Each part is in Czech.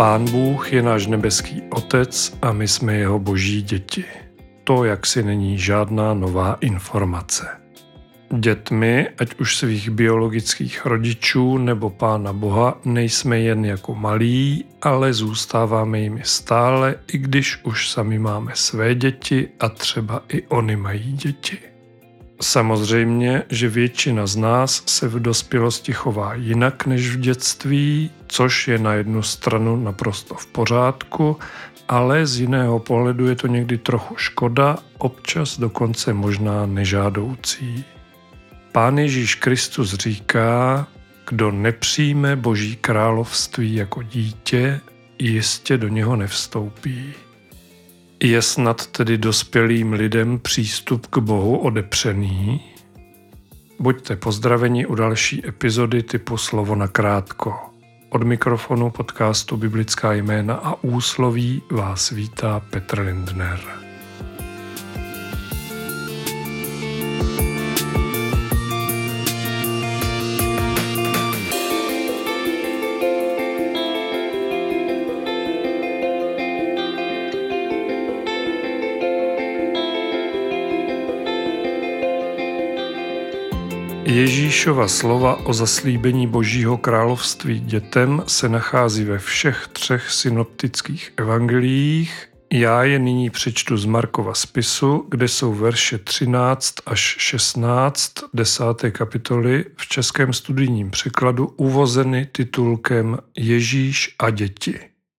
Pán Bůh je náš nebeský Otec a my jsme jeho boží děti. To jaksi není žádná nová informace. Dětmi, ať už svých biologických rodičů nebo Pána Boha, nejsme jen jako malí, ale zůstáváme jimi stále, i když už sami máme své děti a třeba i oni mají děti. Samozřejmě, že většina z nás se v dospělosti chová jinak než v dětství, což je na jednu stranu naprosto v pořádku, ale z jiného pohledu je to někdy trochu škoda, občas dokonce možná nežádoucí. Pán Ježíš Kristus říká, kdo nepřijme Boží království jako dítě, jistě do něho nevstoupí. Je snad tedy dospělým lidem přístup k Bohu odepřený? Buďte pozdraveni u další epizody typu Slovo na krátko. Od mikrofonu podcastu Biblická jména a úsloví vás vítá Petr Lindner. Ježíšova slova o zaslíbení Božího království dětem se nachází ve všech 3 synoptických evangeliích. Já je nyní přečtu z Markova spisu, kde jsou verše 13 až 16 10. kapitoly v českém studijním překladu uvozeny titulkem Ježíš a děti.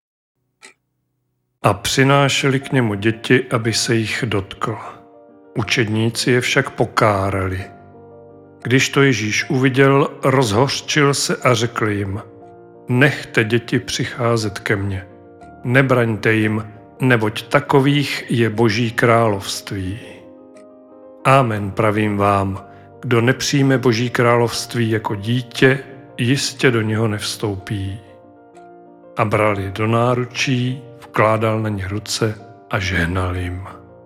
A přinášeli k němu děti, aby se jich dotkl. Učedníci je však pokárali. Když to Ježíš uviděl, rozhořčil se a řekl jim: Nechte děti přicházet ke mně, nebraňte jim, neboť takových je Boží království. Amen, pravím vám, kdo nepřijme Boží království jako dítě, jistě do něho nevstoupí. A bral je do náručí, vkládal na ně ruce a žehnal jim.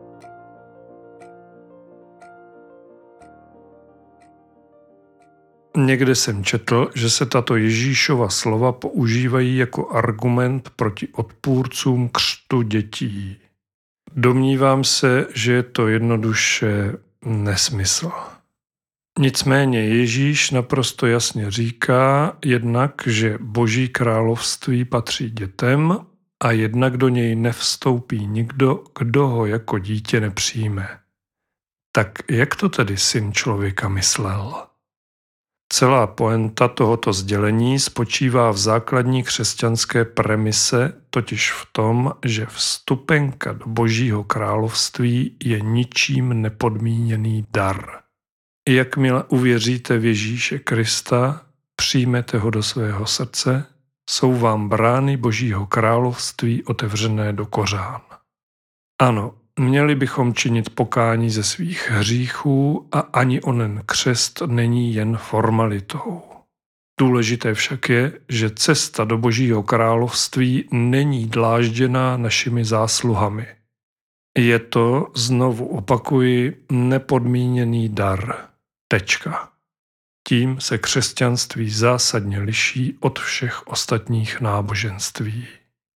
Někde jsem četl, že se tato Ježíšova slova používají jako argument proti odpůrcům křtu dětí. Domnívám se, že je to jednoduše nesmysl. Nicméně Ježíš naprosto jasně říká jednak, že Boží království patří dětem a jednak do něj nevstoupí nikdo, kdo ho jako dítě nepřijme. Tak jak to tedy Syn člověka myslel? Celá poenta tohoto sdělení spočívá v základní křesťanské premise, totiž v tom, že vstupenka do Božího království je ničím nepodmíněný dar. Jakmile uvěříte v Ježíše Krista, přijmete ho do svého srdce, jsou vám brány Božího království otevřené do kořán. Ano, měli bychom činit pokání ze svých hříchů a ani onen křest není jen formalitou. Důležité však je, že cesta do Božího království není dlážděná našimi zásluhami. Je to, znovu opakuji, nepodmíněný dar. Tečka. Tím se křesťanství zásadně liší od všech ostatních náboženství.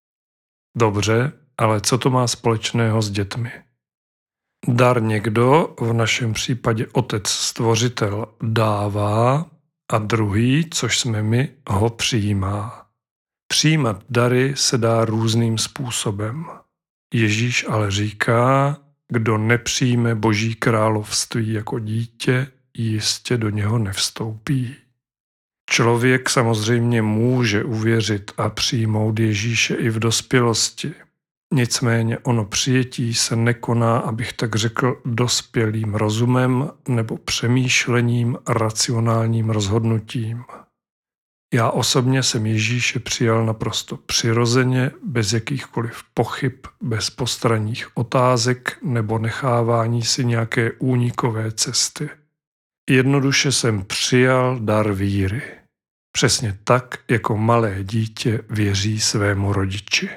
Dobře, ale co to má společného s dětmi? Dar někdo, v našem případě Otec Stvořitel, dává a druhý, což jsme my, ho přijímá. Přijímat dary se dá různým způsobem. Ježíš ale říká, kdo nepřijme Boží království jako dítě, jistě do něho nevstoupí. Člověk samozřejmě může uvěřit a přijmout Ježíše i v dospělosti. Nicméně ono přijetí se nekoná, abych tak řekl, dospělým rozumem nebo přemýšlením, racionálním rozhodnutím. Já osobně jsem Ježíše přijal naprosto přirozeně, bez jakýchkoliv pochyb, bez postranních otázek nebo nechávání si nějaké únikové cesty. Jednoduše jsem přijal dar víry. Přesně tak, jako malé dítě věří svému rodiči.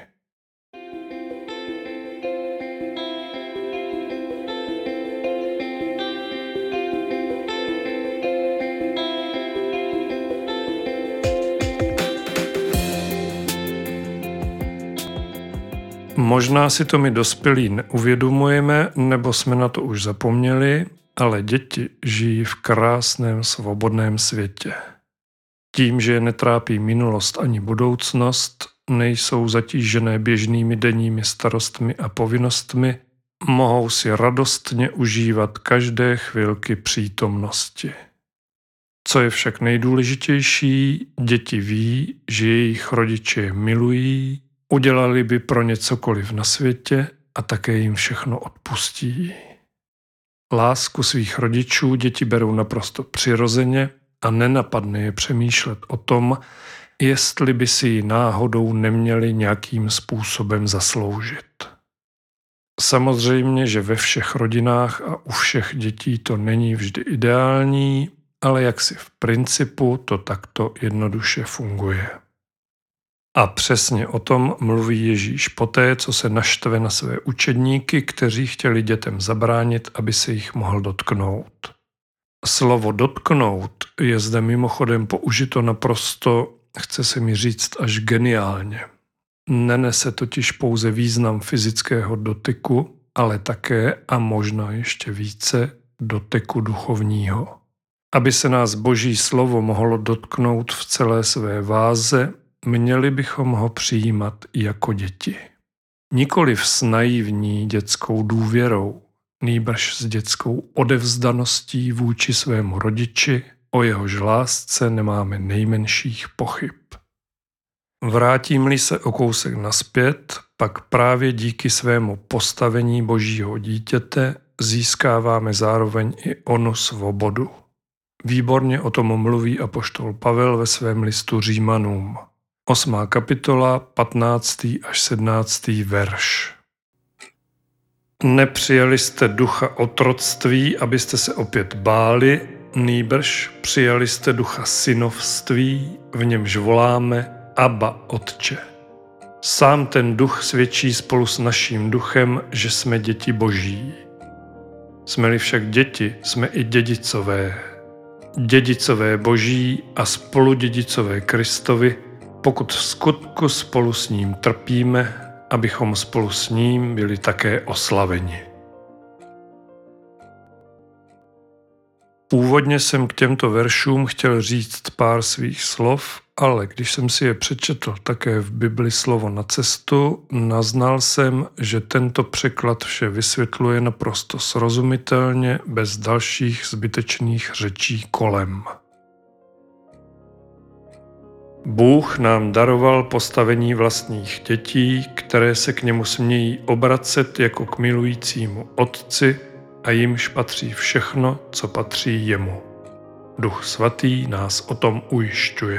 Možná si to my dospělí neuvědomujeme, nebo jsme na to už zapomněli, ale děti žijí v krásném svobodném světě. Tím, že je netrápí minulost ani budoucnost, nejsou zatížené běžnými denními starostmi a povinnostmi, mohou si radostně užívat každé chvilky přítomnosti. Co je však nejdůležitější, děti ví, že jejich rodiče je milují, udělali by pro ně cokoliv na světě a také jim všechno odpustí. Lásku svých rodičů děti berou naprosto přirozeně a nenapadne je přemýšlet o tom, jestli by si ji náhodou neměli nějakým způsobem zasloužit. Samozřejmě, že ve všech rodinách a u všech dětí to není vždy ideální, ale jaksi v principu to takto jednoduše funguje. A přesně o tom mluví Ježíš poté, co se naštve na své učedníky, kteří chtěli dětem zabránit, aby se jich mohl dotknout. Slovo dotknout je zde mimochodem použito naprosto, chce se mi říct, až geniálně. Nenese totiž pouze význam fyzického dotyku, ale také a možná ještě více dotyku duchovního. Aby se nás Boží slovo mohlo dotknout v celé své váze, měli bychom ho přijímat jako děti. Nikoliv s naivní dětskou důvěrou, nýbrž s dětskou odevzdaností vůči svému rodiči, o jehož lásce nemáme nejmenších pochyb. Vrátím-li se o kousek nazpět, pak právě díky svému postavení Božího dítěte získáváme zároveň i onu svobodu. Výborně o tom mluví apoštol Pavel ve svém listu Římanům. 8. kapitola, 15. až 17. verš. Nepřijali jste ducha otroctví, abyste se opět báli, nýbrž přijali jste ducha synovství, v němž voláme Abba, Otče. Sám ten duch svědčí spolu s naším duchem, že jsme děti Boží. Jsme-li však děti, jsme i dědicové. Dědicové Boží a spoludědicové Kristovi, pokud v skutku spolu s ním trpíme, abychom spolu s ním byli také oslaveni. Původně jsem k těmto veršům chtěl říct pár svých slov, ale když jsem si je přečetl také v Bibli Slovo na cestu, naznal jsem, že tento překlad vše vysvětluje naprosto srozumitelně, bez dalších zbytečných řečí kolem. Bůh nám daroval postavení vlastních dětí, které se k němu smějí obracet jako k milujícímu Otci a jimž patří všechno, co patří jemu. Duch Svatý nás o tom ujišťuje.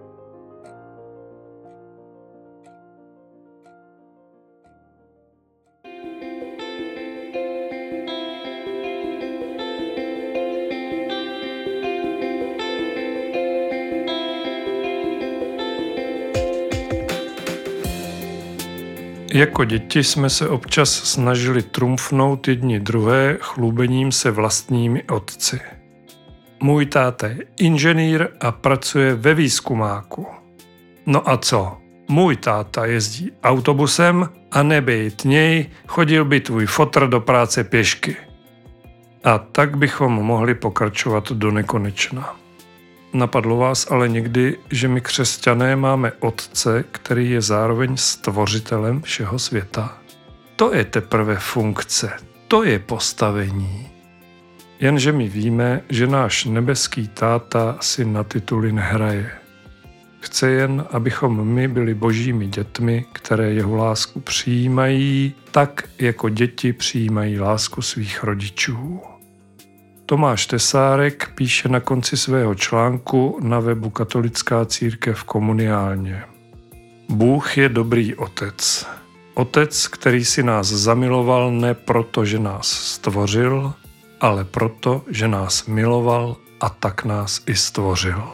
Jako děti jsme se občas snažili trumfnout jedni druhé chlubením se vlastními otci. Můj táta je inženýr a pracuje ve výzkumáku. No a co? Můj táta jezdí autobusem a nebejt něj, chodil by tvůj fotr do práce pěšky. A tak bychom mohli pokračovat do nekonečna. Napadlo vás ale někdy, že my křesťané máme Otce, který je zároveň stvořitelem všeho světa? To je teprve funkce, to je postavení. Jenže my víme, že náš nebeský táta si na tituly nehraje. Chce jen, abychom my byli božími dětmi, které jeho lásku přijímají, tak jako děti přijímají lásku svých rodičů. Tomáš Tesárek píše na konci svého článku na webu Katolická církev komuniálně. Bůh je dobrý otec. Otec, který si nás zamiloval ne proto, že nás stvořil, ale proto, že nás miloval a tak nás i stvořil.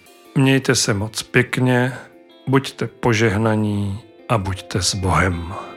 Mějte se moc pěkně, buďte požehnaní a buďte s Bohem.